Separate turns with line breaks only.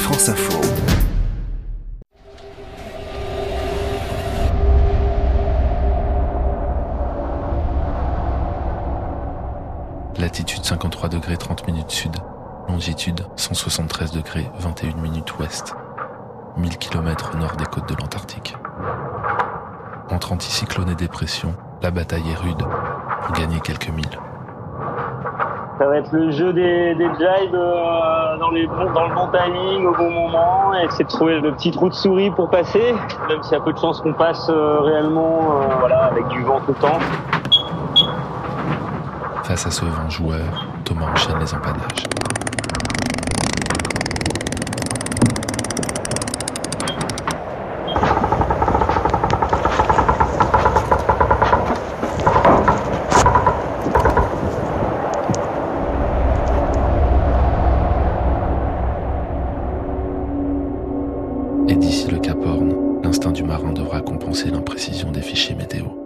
France Info.
Latitude 53 degrés 30 minutes sud, longitude 173 degrés 21 minutes ouest, 1000 km au nord des côtes de l'Antarctique. Entre anticyclone et dépression, la bataille est rude pour gagner quelques milles.
Ça va être le jeu des jibes dans le bon timing, au bon moment, et essayer de trouver le petit trou de souris pour passer, même s'il y a peu de chances qu'on passe réellement avec du vent tout le temps.
Face à ce vent joueur, Thomas enchaîne les empadages. Et d'ici le Cap Horn, l'instinct du marin devra compenser l'imprécision des fichiers météo.